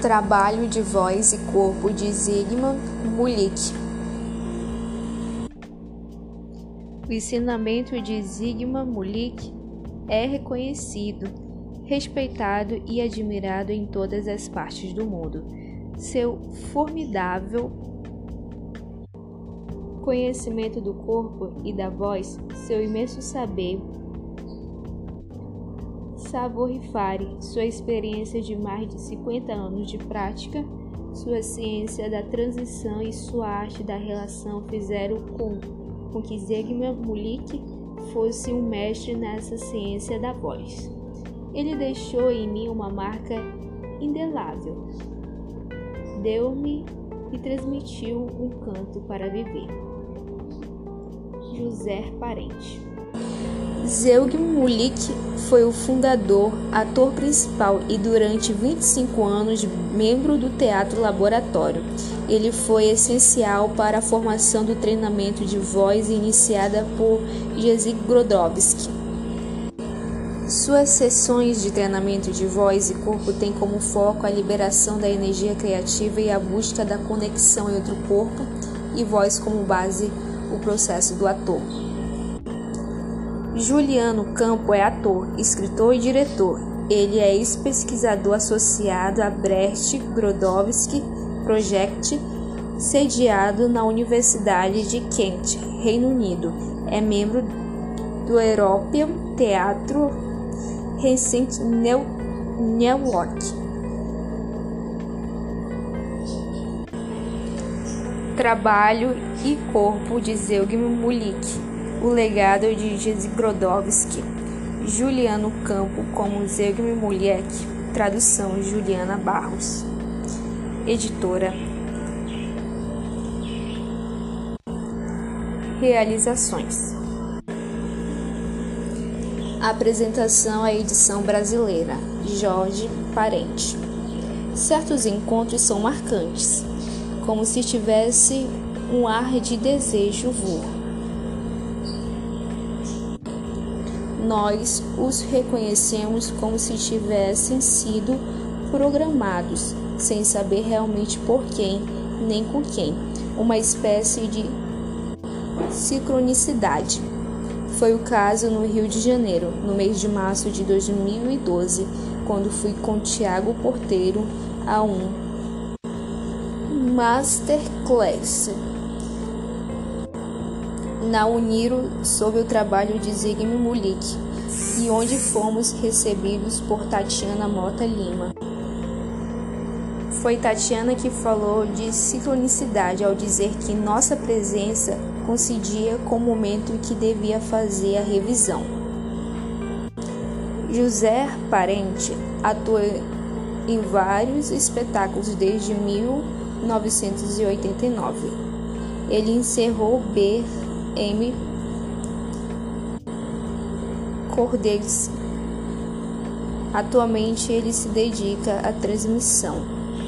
Trabalho de voz e corpo de Zygmunt Mullick. O ensinamento de Zygmunt Mullick é reconhecido, respeitado e admirado em todas as partes do mundo. Seu formidável conhecimento do corpo e da voz, seu imenso savoir-faire, sua experiência de mais de 50 anos de prática, sua ciência da transição e sua arte da relação fizeram com que Zygmunt Mullick fosse um mestre nessa ciência da voz. Ele deixou em mim uma marca indelével. Deu-me e transmitiu um canto para viver. José Parente. Zygmunt Mullick foi o fundador, ator principal e durante 25 anos membro do Teatro Laboratório. Ele foi essencial para a formação do treinamento de voz iniciada por Jerzy Grodowski. Suas sessões de treinamento de voz e corpo têm como foco a liberação da energia criativa e a busca da conexão entre o corpo e voz como base o processo do ator. Juliano Campo é ator, escritor e diretor. Ele é ex-pesquisador associado à Brecht Grodowski Project, sediado na Universidade de Kent, Reino Unido. É membro do European Theatre Recent Network. Trabalho e corpo de Zygmunt Mullick. O legado de Jerzy Grodowski. Juliano Campo como Zygmunt Mullick. Tradução Juliana Barros. Editora. Realizações. Apresentação à edição brasileira. Jorge Parente. Certos encontros são marcantes, como se tivesse um ar de desejo vô. Nós os reconhecemos como se tivessem sido programados, sem saber realmente por quem, nem com quem. Uma espécie de sincronicidade. Foi o caso no Rio de Janeiro, no mês de março de 2012, quando fui com Tiago Porteiro a um masterclass na Uniro sobre o trabalho de Zygmunt Mullick, e onde fomos recebidos por Tatiana Mota Lima. Foi Tatiana que falou de sincronicidade ao dizer que nossa presença coincidia com o momento em que devia fazer a revisão. José Parente atuou em vários espetáculos desde 1989. Ele encerrou B.M. Cordelis. Atualmente ele se dedica à transmissão.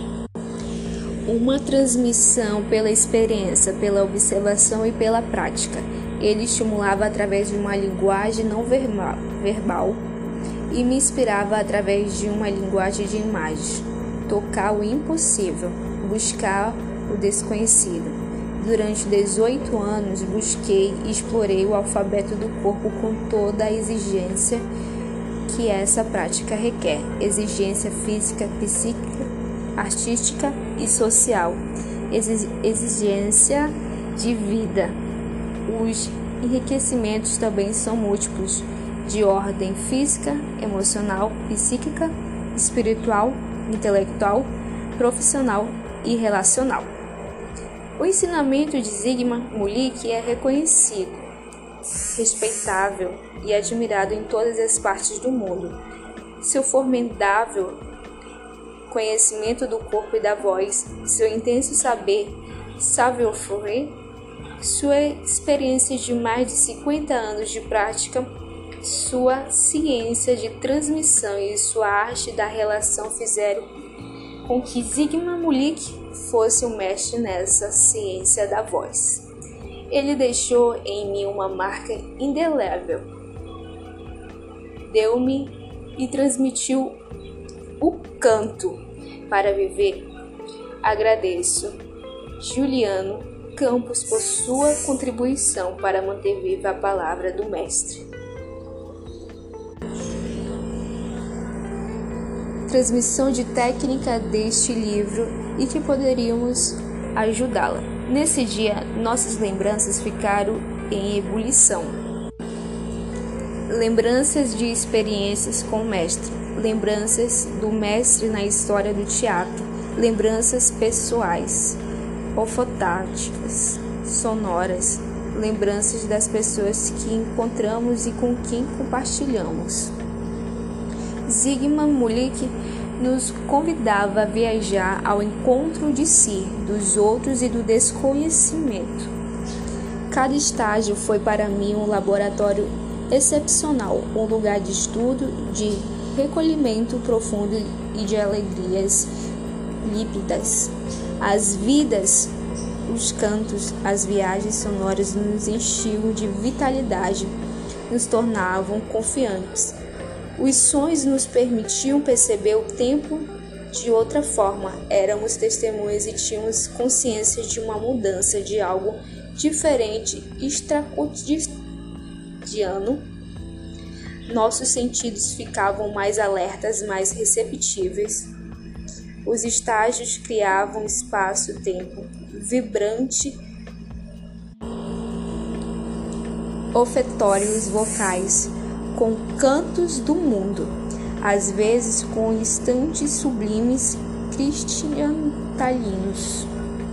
Uma transmissão pela experiência, pela observação e pela prática. Ele estimulava através de uma linguagem não verbal e me inspirava através de uma linguagem de imagem. Tocar o impossível, buscar o desconhecido. Durante 18 anos, busquei e explorei o alfabeto do corpo com toda a exigência que essa prática requer. Exigência física, psíquica, artística e social. Exigência de vida. Os enriquecimentos também são múltiplos, de ordem física, emocional, psíquica, espiritual, intelectual, profissional e relacional. O ensinamento de Zygmunt Mullick é reconhecido, respeitável e admirado em todas as partes do mundo. Seu formidável conhecimento do corpo e da voz, seu intenso savoir-faire, sua experiência de mais de 50 anos de prática, sua ciência de transmissão e sua arte da relação fizeram com que Zygmunt Mullick fosse um mestre nessa ciência da voz. Ele deixou em mim uma marca indelével. Deu-me e transmitiu o canto para viver. Agradeço Juliano Campos por sua contribuição para manter viva a palavra do Mestre. Transmissão de técnica deste livro e que poderíamos ajudá-la. Nesse dia, nossas lembranças ficaram em ebulição. Lembranças de experiências com o mestre, lembranças do mestre na história do teatro, lembranças pessoais, olfatáticas, sonoras, lembranças das pessoas que encontramos e com quem compartilhamos. Zygmunt Mullick nos convidava a viajar ao encontro de si, dos outros e do desconhecimento. Cada estágio foi para mim um laboratório excepcional, um lugar de estudo, de recolhimento profundo e de alegrias límpidas. As vidas, os cantos, as viagens sonoras nos enchiam de vitalidade, nos tornavam confiantes. Os sonhos nos permitiam perceber o tempo de outra forma. Éramos testemunhas e tínhamos consciência de uma mudança, de algo diferente, extracotidiano. Nossos sentidos ficavam mais alertas, mais receptíveis. Os estágios criavam espaço-tempo vibrante, olfatórios vocais, com cantos do mundo, às vezes com instantes sublimes cristalinos.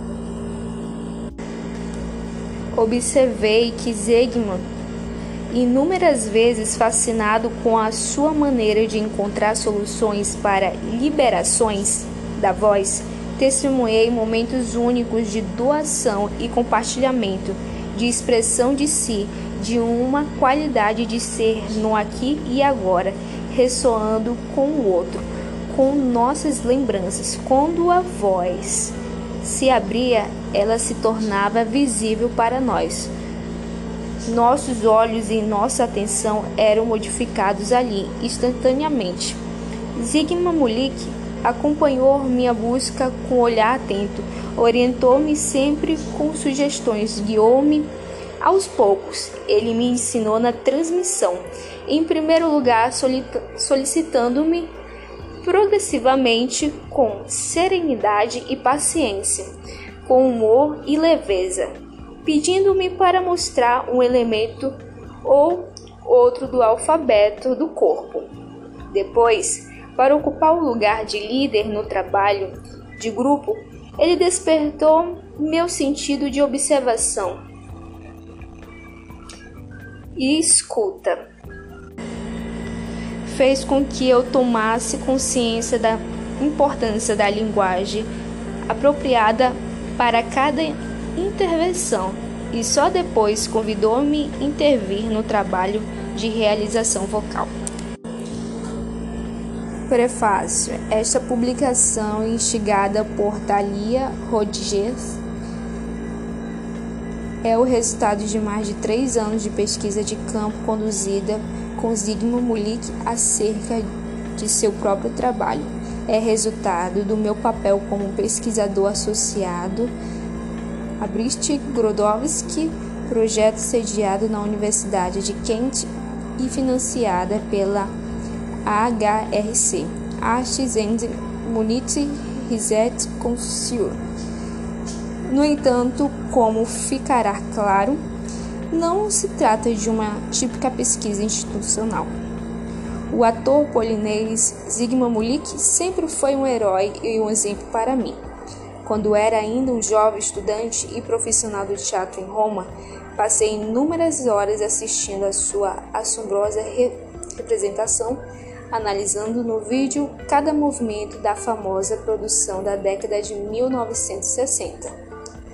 Observei que Zygmunt, inúmeras vezes fascinado com a sua maneira de encontrar soluções para liberações da voz, testemunhei momentos únicos de doação e compartilhamento, de expressão de si, de uma qualidade de ser no aqui e agora, ressoando com o outro, com nossas lembranças. Quando a voz se abria, ela se tornava visível para nós. Nossos olhos e nossa atenção eram modificados ali, instantaneamente. Zygmunt Mullick acompanhou minha busca com olhar atento, orientou-me sempre com sugestões, guiou-me aos poucos. Ele me ensinou na transmissão, em primeiro lugar solicitando-me progressivamente com serenidade e paciência, com humor e leveza, pedindo-me para mostrar um elemento ou outro do alfabeto do corpo. Depois, para ocupar o lugar de líder no trabalho de grupo, ele despertou meu sentido de observação e escuta. Fez com que eu tomasse consciência da importância da linguagem apropriada para cada intervenção e só depois convidou-me a intervir no trabalho de realização vocal. Prefácio. Esta publicação, instigada por Thalia Rodgers, é o resultado de mais de 3 anos de pesquisa de campo conduzida com Zygmunt Mullick acerca de seu próprio trabalho. É resultado do meu papel como pesquisador associado a Brist Grodowski, projeto sediado na Universidade de Kent e financiada pela HRC, Arts and Community Research Council. No entanto, como ficará claro, não se trata de uma típica pesquisa institucional. O ator polinês Zygmunt Mullick sempre foi um herói e um exemplo para mim. Quando era ainda um jovem estudante e profissional do teatro em Roma, passei inúmeras horas assistindo a sua assombrosa representação, analisando no vídeo cada movimento da famosa produção da década de 1960.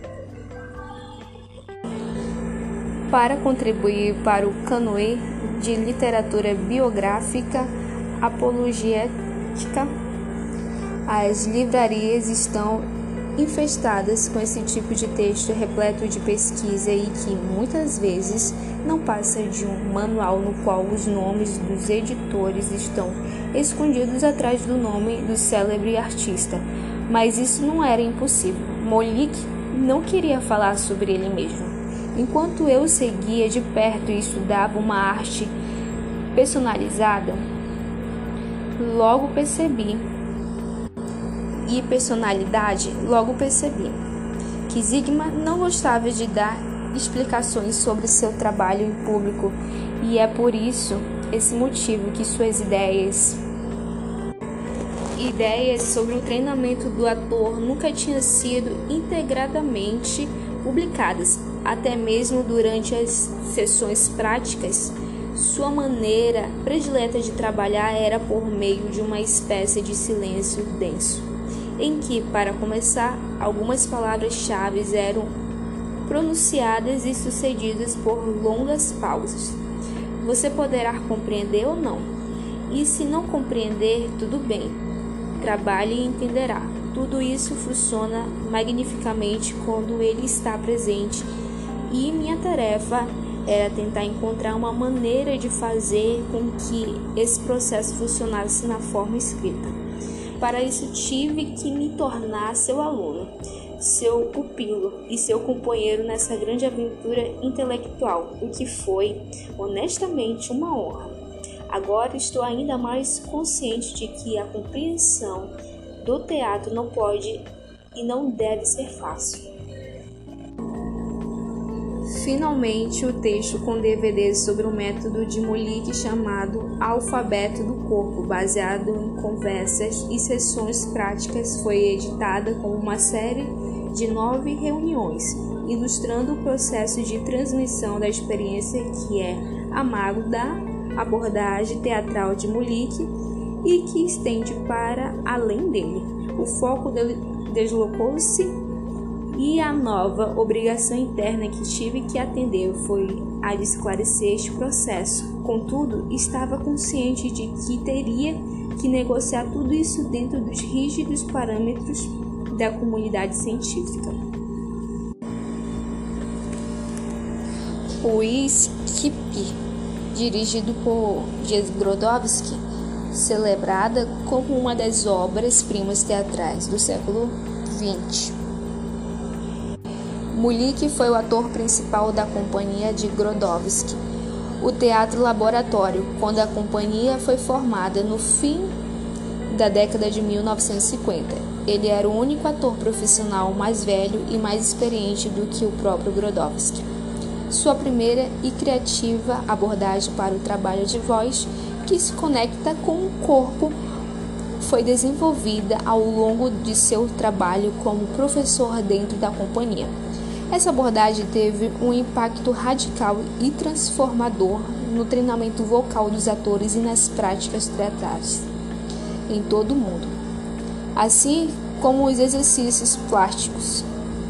Para contribuir para o canoe de literatura biográfica apologética, as livrarias estão infestadas com esse tipo de texto repleto de pesquisa e que, muitas vezes, não passa de um manual no qual os nomes dos editores estão escondidos atrás do nome do célebre artista. Mas isso não era impossível. Molik não queria falar sobre ele mesmo. Enquanto eu seguia de perto e estudava uma arte personalizada, logo percebi que Zygmunt não gostava de dar explicações sobre seu trabalho em público, e é por esse motivo que suas ideias sobre o treinamento do ator nunca tinham sido integradamente publicadas. Até mesmo durante as sessões práticas, sua maneira predileta de trabalhar era por meio de uma espécie de silêncio denso, em que, para começar, algumas palavras-chave eram pronunciadas e sucedidas por longas pausas. Você poderá compreender ou não, e se não compreender, tudo bem. Trabalhe e entenderá. Tudo isso funciona magnificamente quando ele está presente, e minha tarefa era tentar encontrar uma maneira de fazer com que esse processo funcionasse na forma escrita. Para isso tive que me tornar seu aluno, seu pupilo e seu companheiro nessa grande aventura intelectual, o que foi, honestamente, uma honra. Agora estou ainda mais consciente de que a compreensão do teatro não pode e não deve ser fácil. Finalmente, o texto com DVD sobre o método de Molik chamado Alfabeto do Corpo, baseado em conversas e sessões práticas, foi editada como uma série de 9 reuniões, ilustrando o processo de transmissão da experiência que é amargo da abordagem teatral de Molik e que estende para além dele. O foco deslocou-se e a nova obrigação interna que tive que atender foi a de esclarecer este processo. Contudo, estava consciente de que teria que negociar tudo isso dentro dos rígidos parâmetros da comunidade científica. O Skip, dirigido por Grodowski, celebrada como uma das obras-primas teatrais do século XX. Molik foi o ator principal da companhia de Grodowski, o Teatro Laboratório, quando a companhia foi formada no fim da década de 1950. Ele era o único ator profissional mais velho e mais experiente do que o próprio Grodowski. Sua primeira e criativa abordagem para o trabalho de voz, que se conecta com o corpo, foi desenvolvida ao longo de seu trabalho como professor dentro da companhia. Essa abordagem teve um impacto radical e transformador no treinamento vocal dos atores e nas práticas teatrais em todo o mundo, assim como os exercícios plásticos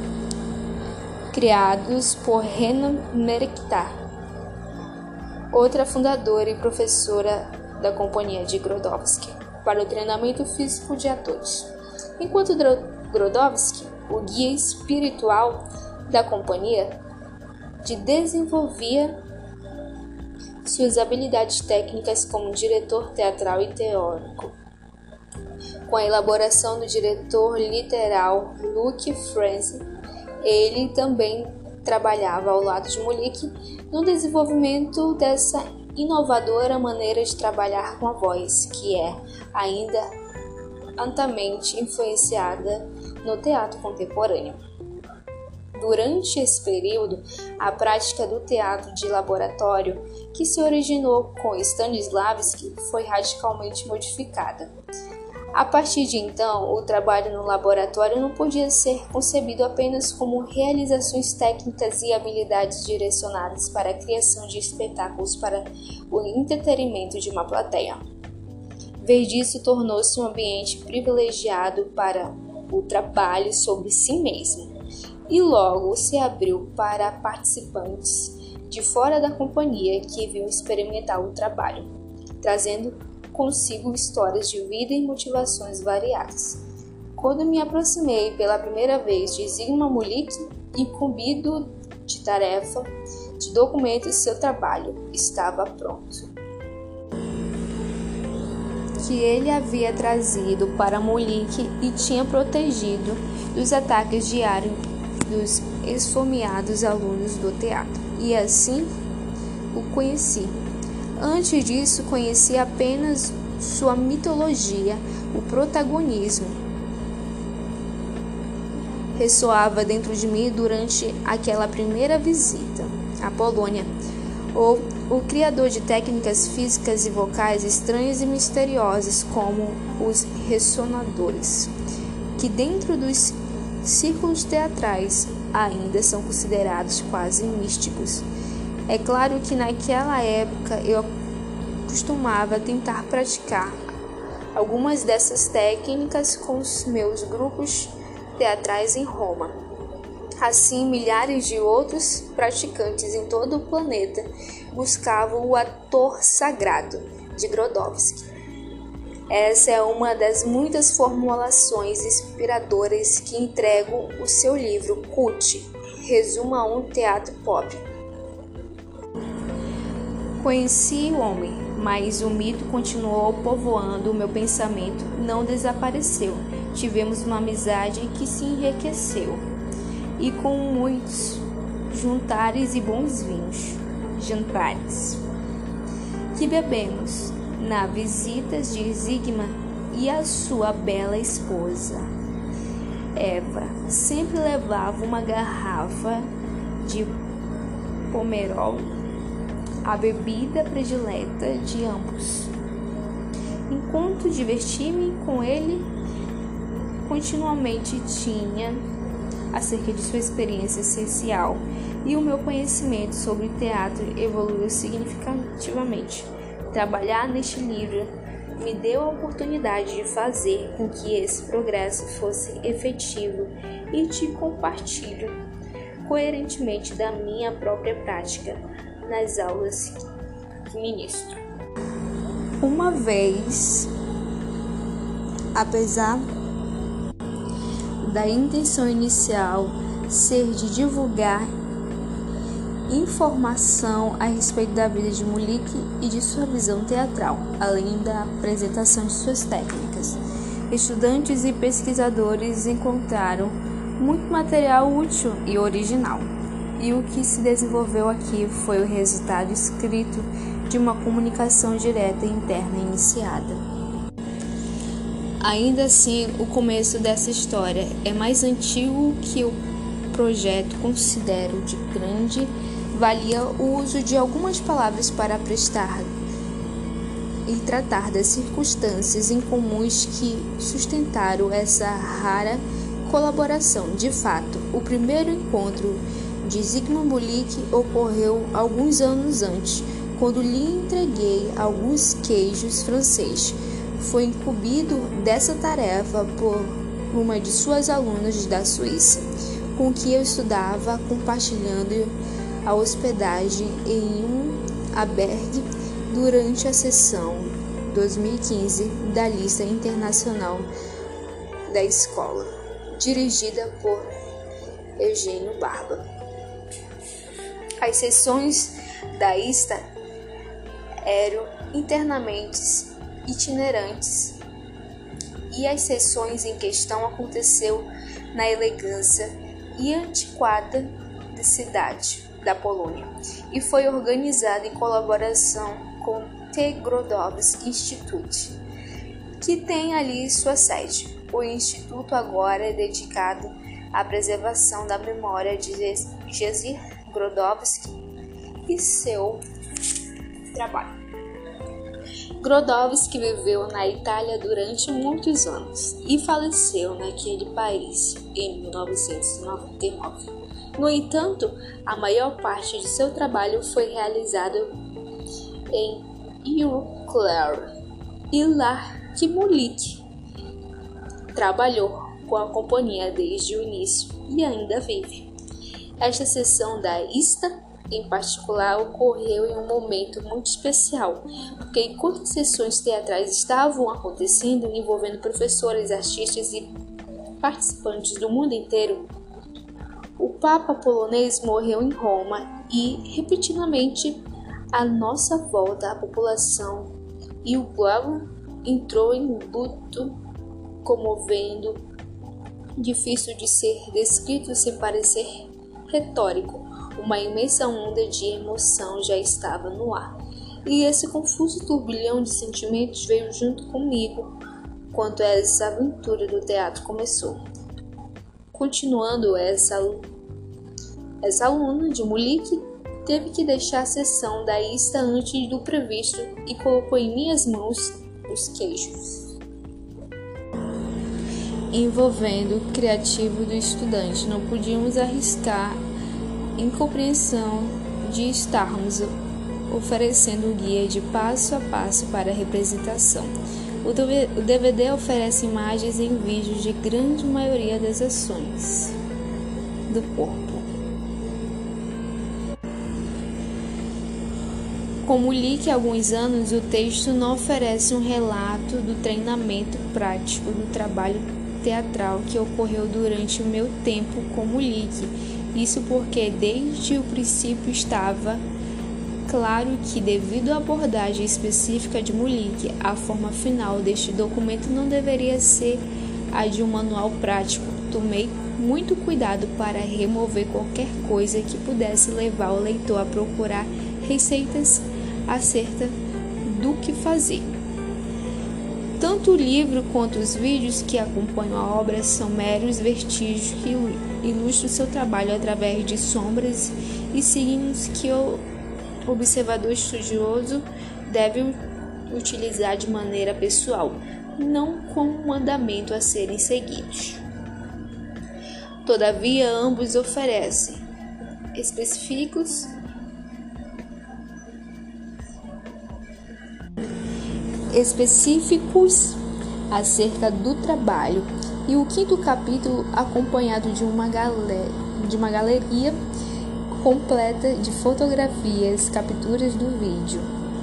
criados por Hannah Merektar, outra fundadora e professora da companhia de Grodowski, para o treinamento físico de atores. Enquanto Grodowski, o guia espiritual da companhia, desenvolvia suas habilidades técnicas como diretor teatral e teórico. Com a elaboração do diretor literal Luc Frenzy, ele também trabalhava ao lado de Molik no desenvolvimento dessa inovadora maneira de trabalhar com a voz, que é ainda altamente influenciada no teatro contemporâneo. Durante esse período, a prática do teatro de laboratório, que se originou com Stanislavski, foi radicalmente modificada. A partir de então, o trabalho no laboratório não podia ser concebido apenas como realizações técnicas e habilidades direcionadas para a criação de espetáculos para o entretenimento de uma plateia. Vez disso, tornou-se um ambiente privilegiado para o trabalho sobre si mesmo, e logo se abriu para participantes de fora da companhia que vinham experimentar o trabalho, trazendo consigo histórias de vida e motivações variadas. Quando me aproximei pela primeira vez de Zygmunt Mulik, incumbido de tarefa de documentos, seu trabalho estava pronto. Que ele havia trazido para Mulik e tinha protegido dos ataques diários dos esfomeados alunos do teatro. E assim o conheci. Antes disso, conheci apenas sua mitologia, o protagonismo. Ressoava dentro de mim durante aquela primeira visita à Polônia. O criador de técnicas físicas e vocais estranhas e misteriosas, como os ressonadores, que dentro dos círculos teatrais ainda são considerados quase místicos. É claro que naquela época eu costumava tentar praticar algumas dessas técnicas com os meus grupos teatrais em Roma. Assim, milhares de outros praticantes em todo o planeta buscavam o ator sagrado de Grodowski. Essa é uma das muitas formulações inspiradoras que entregam o seu livro Cult, Resumo a um Teatro Pop. Conheci o homem, mas o mito continuou povoando o meu pensamento, não desapareceu. Tivemos uma amizade que se enriqueceu, e com muitos jantares e bons vinhos, que bebemos na visita de Zygmunt e a sua bela esposa. Eva sempre levava uma garrafa de Pomerol, a bebida predileta de ambos. Enquanto diverti-me com ele, continuamente tinha acerca de sua experiência essencial, e o meu conhecimento sobre teatro evoluiu significativamente. Trabalhar neste livro me deu a oportunidade de fazer com que esse progresso fosse efetivo e te compartilho coerentemente da minha própria prática nas aulas que ministro. Uma vez, apesar da intenção inicial ser de divulgar informação a respeito da vida de Mulik e de sua visão teatral, além da apresentação de suas técnicas, estudantes e pesquisadores encontraram muito material útil e original, e o que se desenvolveu aqui foi o resultado escrito de uma comunicação direta e interna iniciada. Ainda assim, o começo dessa história é mais antigo que o projeto. Considero de grande valia o uso de algumas palavras para prestar e tratar das circunstâncias incomuns que sustentaram essa rara colaboração. De fato, o primeiro encontro de Zygmunt Mulik ocorreu alguns anos antes, quando lhe entreguei alguns queijos franceses. Foi incumbido dessa tarefa por uma de suas alunas da Suíça, com que eu estudava, compartilhando a hospedagem em um albergue durante a sessão 2015 da Lista Internacional da Escola, dirigida por Eugênio Barba. As sessões da lista eram internamente itinerantes, e as sessões em questão aconteceu na elegância e antiquada cidade da Polônia, e foi organizada em colaboração com o T. Grodowski Institute, que tem ali sua sede. O instituto agora é dedicado à preservação da memória de Jerzy Grodowski e seu trabalho. Grodowski viveu na Itália durante muitos anos e faleceu naquele país em 1999. No entanto, a maior parte de seu trabalho foi realizado em Eau-Claire, e lá que Mulik trabalhou com a companhia desde o início e ainda vive. Esta sessão da lista em particular ocorreu em um momento muito especial, porque enquanto as sessões teatrais estavam acontecendo, envolvendo professores, artistas e participantes do mundo inteiro, o Papa polonês morreu em Roma e, repetidamente, à nossa volta, a população e o povo entrou em luto comovendo, difícil de ser descrito sem parecer retórico. Uma imensa onda de emoção já estava no ar, e esse confuso turbilhão de sentimentos veio junto comigo quando essa aventura do teatro começou. Continuando, essa aluna de Mulick teve que deixar a sessão da ista antes do previsto e colocou em minhas mãos os queixos, envolvendo o criativo do estudante. Não podíamos arriscar incompreensão de estarmos oferecendo um guia de passo a passo para a representação. O DVD oferece imagens em vídeos de grande maioria das ações do corpo. Como li que há alguns anos, o texto não oferece um relato do treinamento prático do trabalho teatral que ocorreu durante o meu tempo como Lick. Isso porque desde o princípio estava claro que, devido à abordagem específica de Mulick, a forma final deste documento não deveria ser a de um manual prático. Tomei muito cuidado para remover qualquer coisa que pudesse levar o leitor a procurar receitas acerca do que fazer. Tanto o livro quanto os vídeos que acompanham a obra são meros vestígios que ilustram seu trabalho através de sombras e signos que o observador estudioso deve utilizar de maneira pessoal, não como um mandamento a serem seguidos. Todavia, ambos oferecem específicos acerca do trabalho, e o quinto capítulo acompanhado de uma galeria completa de fotografias, capturas do vídeo.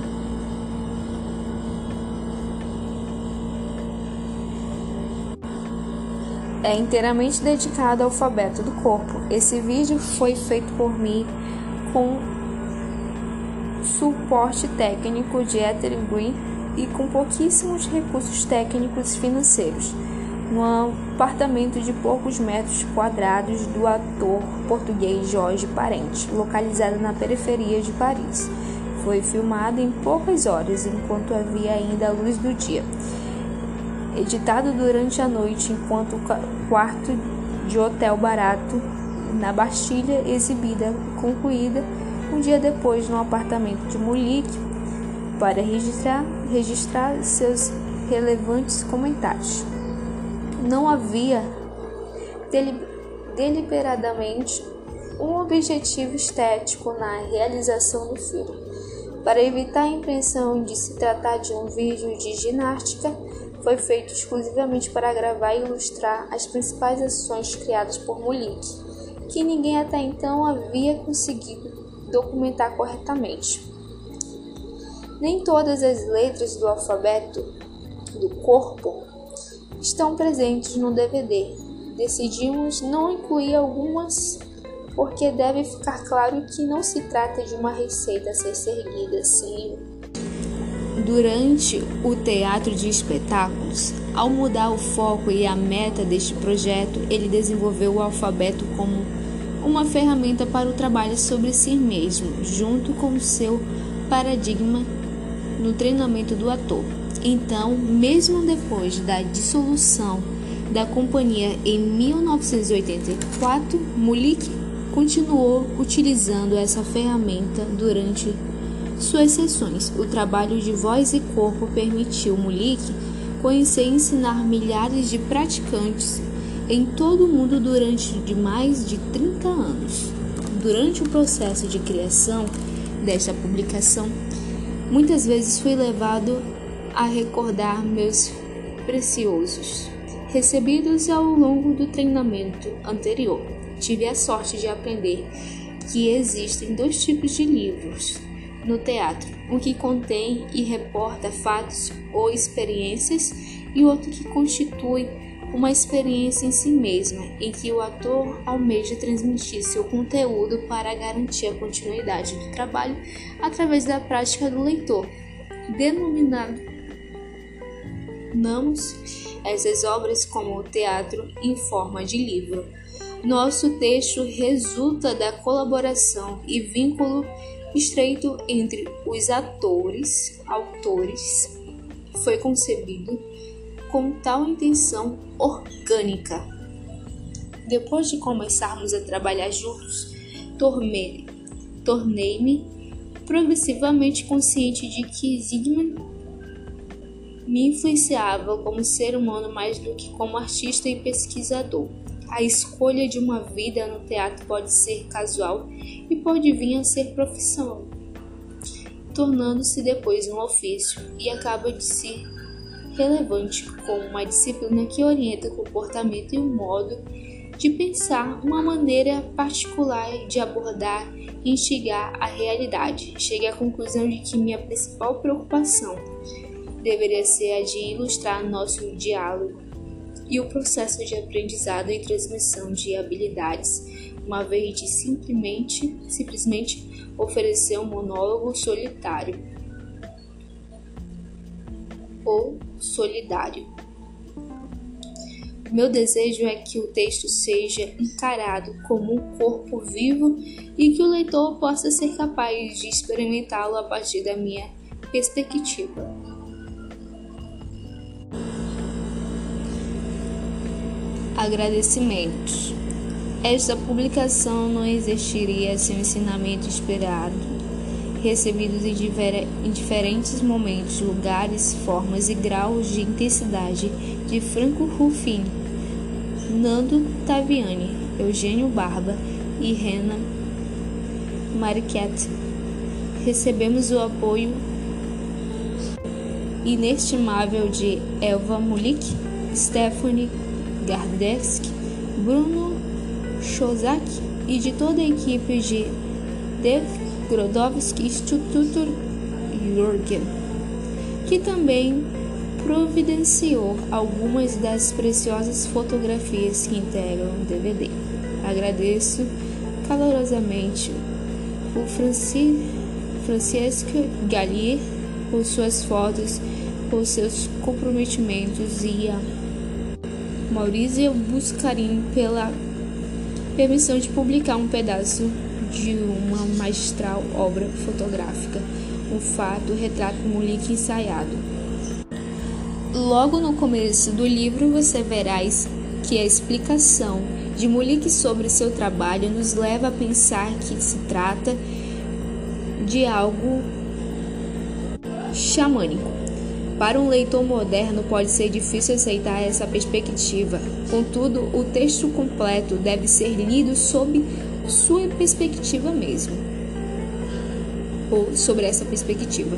É inteiramente dedicado ao alfabeto do corpo. Esse vídeo foi feito por mim com suporte técnico de Ether Green e com pouquíssimos recursos técnicos e financeiros, no apartamento de poucos metros quadrados do ator português Jorge Parente, localizado na periferia de Paris. Foi filmado em poucas horas, enquanto havia ainda a luz do dia. Editado durante a noite, enquanto o quarto de hotel barato na Bastilha, exibida e concluída um dia depois no apartamento de Mulick, para registrar seus relevantes comentários. Não havia deliberadamente um objetivo estético na realização do filme. Para evitar a impressão de se tratar de um vídeo de ginástica, foi feito exclusivamente para gravar e ilustrar as principais ações criadas por Mulick, que ninguém até então havia conseguido documentar corretamente. Nem todas as letras do alfabeto do corpo estão presentes no DVD. Decidimos não incluir algumas porque deve ficar claro que não se trata de uma receita a ser seguida sem. Durante o teatro de espetáculos, ao mudar o foco e a meta deste projeto, ele desenvolveu o alfabeto como uma ferramenta para o trabalho sobre si mesmo, junto com o seu paradigma no treinamento do ator. Então, mesmo depois da dissolução da companhia em 1984, Mulick continuou utilizando essa ferramenta durante suas sessões. O trabalho de voz e corpo permitiu Mulick conhecer e ensinar milhares de praticantes em todo o mundo durante mais de 30 anos. Durante o processo de criação desta publicação, muitas vezes fui levado a recordar meus preciosos, recebidos ao longo do treinamento anterior. Tive a sorte de aprender que existem dois tipos de livros no teatro, um que contém e reporta fatos ou experiências e outro que constitui uma experiência em si mesma, em que o ator almeja transmitir seu conteúdo para garantir a continuidade do trabalho através da prática do leitor. Denominamos essas obras como teatro em forma de livro. Nosso texto resulta da colaboração e vínculo estreito entre os autores. Foi concebido com tal intenção orgânica. Depois de começarmos a trabalhar juntos, tornei-me progressivamente consciente de que Zygmunt me influenciava como ser humano mais do que como artista e pesquisador. A escolha de uma vida no teatro pode ser casual e pode vir a ser profissão, tornando-se depois um ofício e acaba de ser relevante como uma disciplina que orienta o comportamento e o modo de pensar, uma maneira particular de abordar e instigar a realidade. Cheguei à conclusão de que minha principal preocupação deveria ser a de ilustrar nosso diálogo e o processo de aprendizado e transmissão de habilidades, uma vez de simplesmente oferecer um monólogo solitário ou solidário. Meu desejo é que o texto seja encarado como um corpo vivo e que o leitor possa ser capaz de experimentá-lo a partir da minha perspectiva. Agradecimentos. Esta publicação não existiria sem o ensinamento inspirado, recebidos em diferentes momentos, lugares, formas e graus de intensidade de Franco Ruffini, Nando Taviani, Eugênio Barba e Renan Mariquette. Recebemos o apoio inestimável de Elva Mulik, Stephanie Gardeski, Bruno Chozak e de toda a equipe de Dev Grodowski Instituto Jürgen, que também providenciou algumas das preciosas fotografias que integram o DVD. Agradeço calorosamente o Francesco Gallier por suas fotos, por seus comprometimentos e a Maurizio Buscarin pela permissão de publicar um pedaço de uma magistral obra fotográfica, um fato, retrato Mulik ensaiado. Logo no começo do livro você verás que a explicação de Mulik sobre seu trabalho nos leva a pensar que se trata de algo xamânico. Para um leitor moderno pode ser difícil aceitar essa perspectiva, contudo, o texto completo deve ser lido sob sua perspectiva mesmo, ou sobre essa perspectiva.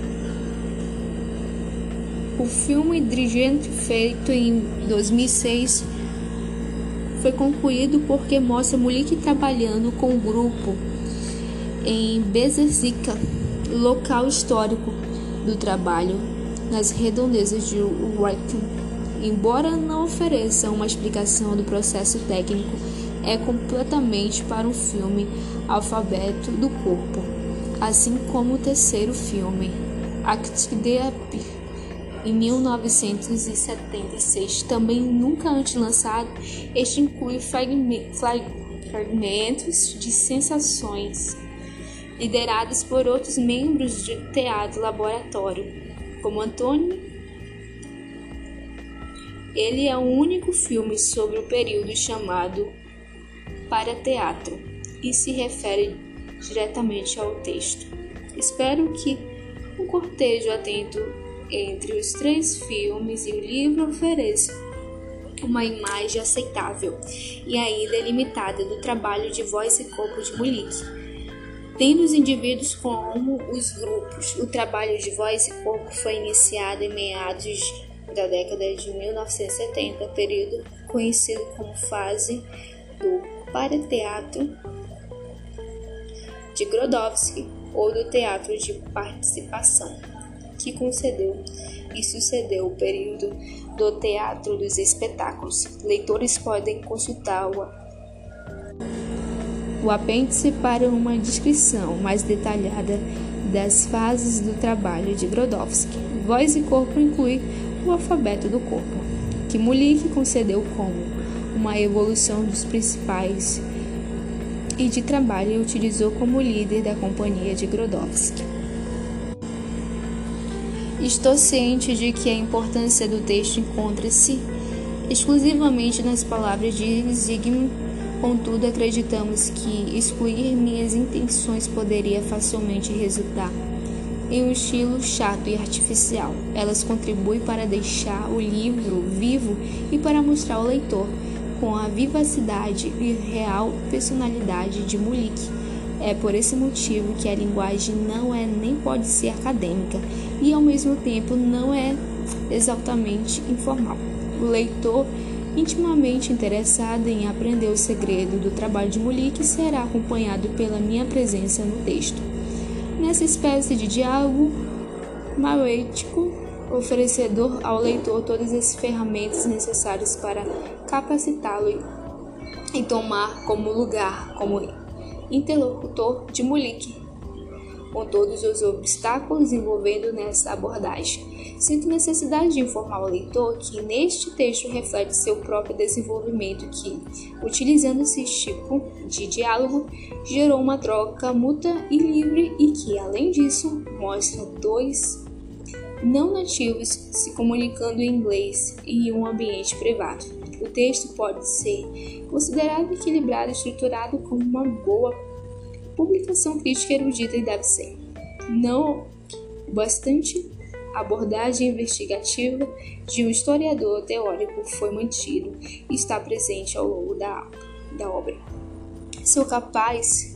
O filme Dirigente, feito em 2006, foi concluído porque mostra Mulik trabalhando com um grupo em Berezivka, local histórico do trabalho, nas redondezas de Wrexham. Embora não ofereça uma explicação do processo técnico, é completamente para um filme Alfabeto do Corpo, assim como o terceiro filme, Act the Up, em 1976, também nunca antes lançado. Este inclui fragmentos de sensações liderados por outros membros de teatro laboratório, como Antônio. Ele é o único filme sobre o período chamado para teatro e se refere diretamente ao texto. Espero que um cortejo atento entre os 3 filmes e o livro ofereça uma imagem aceitável e ainda limitada do trabalho de voz e corpo de Mulik. Tendo os indivíduos como os grupos, o trabalho de voz e corpo foi iniciado em meados da década de 1970, período conhecido como fase do para-teatro de Grodowski ou do teatro de participação. que concedeu e sucedeu o período do Teatro dos Espetáculos. Leitores podem consultar o apêndice para uma descrição mais detalhada das fases do trabalho de Grodowski. Voz e corpo inclui o alfabeto do corpo, que Mulick concedeu como uma evolução dos principais e de trabalho e utilizou como líder da companhia de Grodowski. Estou ciente de que a importância do texto encontra-se exclusivamente nas palavras de Zygmunt. Contudo, acreditamos que excluir minhas intenções poderia facilmente resultar em um estilo chato e artificial. Elas contribuem para deixar o livro vivo e para mostrar ao leitor com a vivacidade e real personalidade de Mulick. É por esse motivo que a linguagem não é nem pode ser acadêmica e, ao mesmo tempo, não é exatamente informal. O leitor intimamente interessado em aprender o segredo do trabalho de Mulick será acompanhado pela minha presença no texto. Nessa espécie de diálogo maioético, oferecedor ao leitor todas as ferramentas necessárias para capacitá-lo e tomar como lugar como interlocutor de Mulick, com todos os obstáculos envolvendo nessa abordagem. Sinto necessidade de informar o leitor que neste texto reflete seu próprio desenvolvimento que, utilizando esse tipo de diálogo, gerou uma troca mútua e livre e que, além disso, mostra dois não nativos se comunicando em inglês em um ambiente privado. O texto pode ser considerado equilibrado e estruturado como uma boa publicação crítica erudita e deve ser. Não bastante, a abordagem investigativa de um historiador teórico foi mantido e está presente ao longo da obra. Sou capaz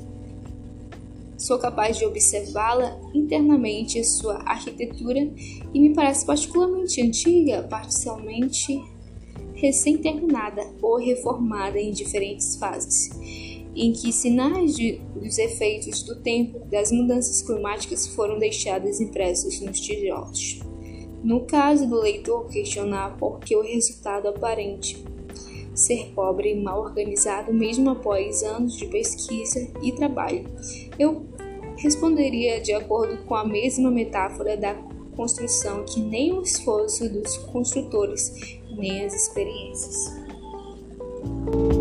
de observá-la internamente, sua arquitetura, e me parece particularmente antiga, parcialmente recém-terminada ou reformada em diferentes fases, em que sinais dos efeitos do tempo das mudanças climáticas foram deixados impressos nos tijolos. No caso do leitor questionar por que o resultado aparente ser pobre e mal organizado mesmo após anos de pesquisa e trabalho, eu responderia de acordo com a mesma metáfora da construção, que nem o esforço dos construtores, nem as experiências.